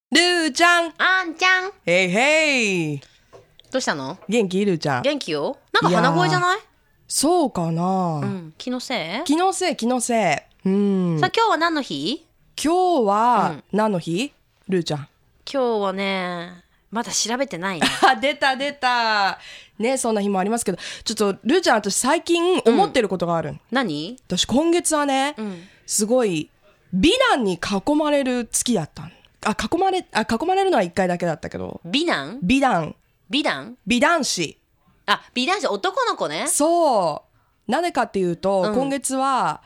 ルーちゃん、 あんちゃん、 へいへい。 どうしたの？ 元気ルーちゃん。 元気よ。なんか鼻声じゃない？ そうかな、 気のせい？ 気のせい。 さあ今日は何の日？ 今日は何の日、ルーちゃん。 今日はね、まだ調べてないね。 出たね。そんな日もありますけど、ちょっとルーちゃん、私最近思ってることがある。 何？ 私今月はね、すごい美男に囲まれる月だったの。囲まれるのは1回だけだったけど。 美男美男子。 あ、美男子、男の子ね。 そう。なぜかっていうと、今月は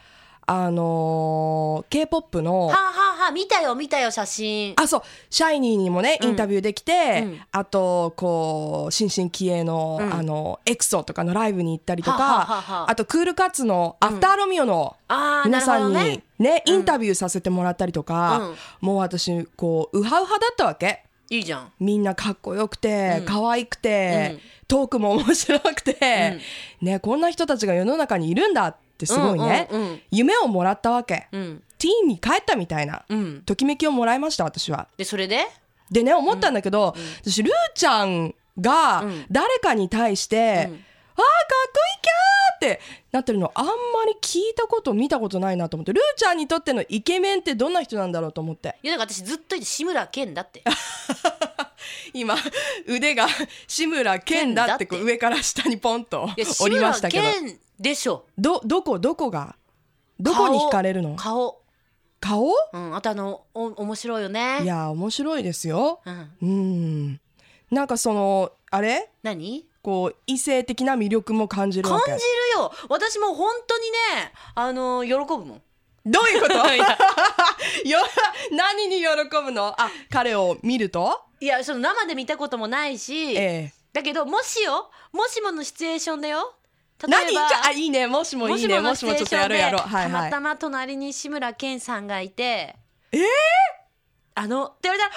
K-POP の見たよ写真。 そう、シャイニーにもねインタビューできて、あとこう新進気鋭の、エクソとかのライブに行ったりとか、あとクールカッツのアフターロミオの皆さんにね、インタビューさせてもらったりとか、もう私こうウハウハだったわけ。 いいじゃん。 みんなかっこよくて、可愛くて、トークも面白くて、ね、こんな人たちが世の中にいるんだってすごいね、夢をもらったわけ、ティーンに帰ったみたいな、ときめきをもらいました。私はでそれでね、思ったんだけど、私ルーちゃんが誰かに対して、かっこいいキャーってなってるのあんまり聞いたこと見たことないなと思って。ルーちゃんにとってのイケメンってどんな人なんだろうと思って。 いや、だから私ずっと言って志村けんだって今腕が志村けんだってこう上から下にポンと降りましたけど。 志村けんでしょ。 どこに惹かれるの？顔？ あと面白いよね。 いや面白いですよ。なんかそのあれ？何？こう異性的な魅力も感じるわけ。 感じるよ。私も本当にね、喜ぶもん。 どういうこと？何に喜ぶの？彼を見ると？ いや、その生で見たこともないし、だけどもしものシチュエーションだよ。例えばいいね、もしもいいね、もしもちょっとやろう。 たまたま隣に志村けんさんがいて、って言われたら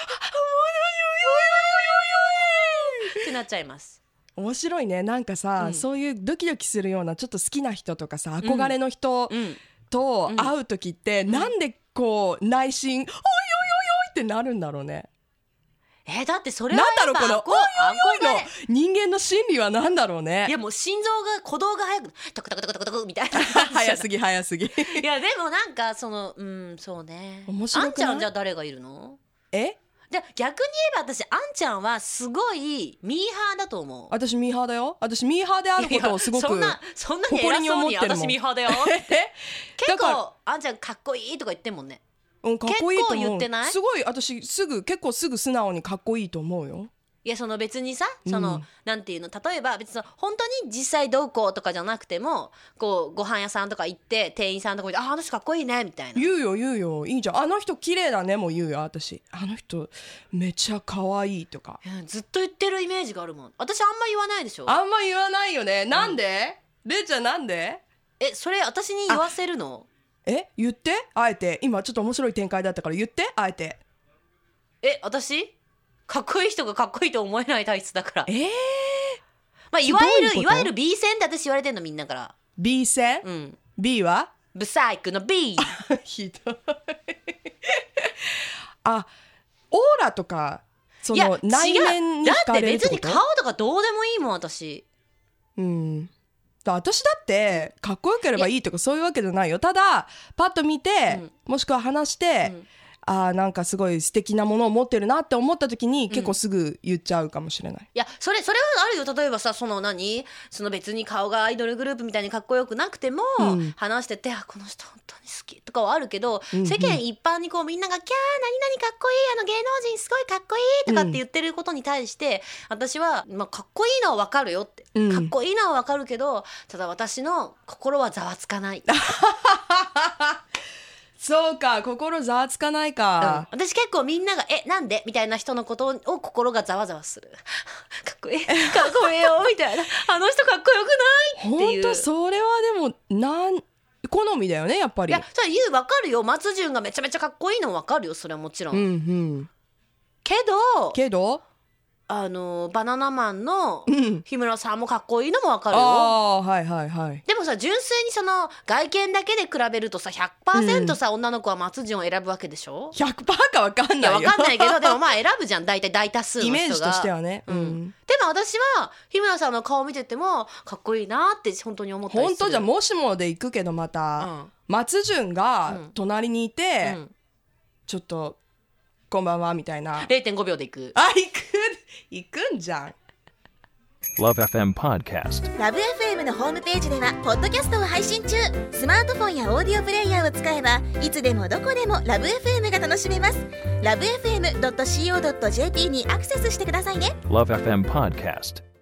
ってなっちゃいます。 面白いね。なんかさ、そういうドキドキするようなちょっと好きな人とかさ、憧れの人と会う時って、なんでこう内心おいおいおいおいってなるんだろうね。 だってそれはやっぱなんだろう、このおいおいおいの人間の心理はなんだろうね。 いや、もう心臓が鼓動が速くトクトクトクトクみたいな早すぎいやでもなんかそうね。 面白くない？ あんちゃんじゃあ誰がいるの？じゃあ逆に言えば私あんちゃんはすごいミーハーだと思う。 私ミーハーだよ。私ミーハーであることをすごくそんなに偉そうに私ミーハーだよって結構あんちゃんかっこいいとか言ってんもんね。 かっこいいと思う。 結構言ってない？ すごい私結構すぐ素直にかっこいいと思うよ。 いや、その別にさ、なんていうの、例えば別に本当に実際どうこうとかじゃなくても、こうご飯屋さんとか行って店員さんとか見て、あの人かっこいいねみたいな。 言うよいいじゃん。あの人綺麗だねも言うよ。私あの人めちゃ可愛いとか、 ずっと言ってるイメージがあるもん。私あんま言わないでしょ。 あんま言わないよね。なんで？レイちゃんなんで？ それ私に言わせるの？ 言ってあえて。今ちょっと面白い展開だったから言ってあえて。 私かっこいい人がかっこいいと思えない体質だから。まあ、いわゆる B 線って私言われてんのみんなから。 B 線、B はブサイクの B ひどいオーラとかその内面に惹かれるってこと？ だって別に顔とかどうでもいいもん私。 私だってかっこよければいいとかそういうわけじゃないよ。ただパッと見て、もしくは話して、なんかすごい素敵なものを持ってるなって思った時に、結構すぐ言っちゃうかもしれない。 いや、それはあるよ。例えばさ、その別に顔がアイドルグループみたいにかっこよくなくても、話しててこの人本当に好きとかはあるけど、世間一般にこうみんながキャー何々かっこいい、芸能人すごいかっこいいとかって言ってることに対して、私は、かっこいいのは分かるよって、かっこいいのは分かるけど、ただ私の心はざわつかないそうか、心ざわつかないか、 私結構みんながなんでみたいな人のことを心がざわざわするかっこいいよみたいなあの人かっこよくないっていう。 本当それはでも好みだよねやっぱり。 いやそれ分かるよ。松潤がめちゃめちゃかっこいいの分かるよ。それはもちろん、けどバナナマンの日村さんもかっこいいのもわかるよ。 はいはいはい。 でもさ、純粋にその外見だけで比べるとさ 100% さ、女の子は松潤を選ぶわけでしょ。 100% かわかんないよ。 いやわかんないけどでもまあ選ぶじゃん、大体大多数の人が。 イメージとしてはね、 でも私は日村さんの顔見ててもかっこいいなって本当に思ったりする。 本当じゃもしもで行くけどまた、松潤が隣にいて、ちょっとこんばんはみたいな 0.5 秒で行く。 行くんじゃん。 LoveFM Podcast。 LoveFM のホームページではポッドキャストを配信中。スマートフォンやオーディオプレイヤーを使えばいつでもどこでも LoveFM が楽しめます。 LoveFM.co.jp にアクセスしてくださいね。 LoveFM Podcast。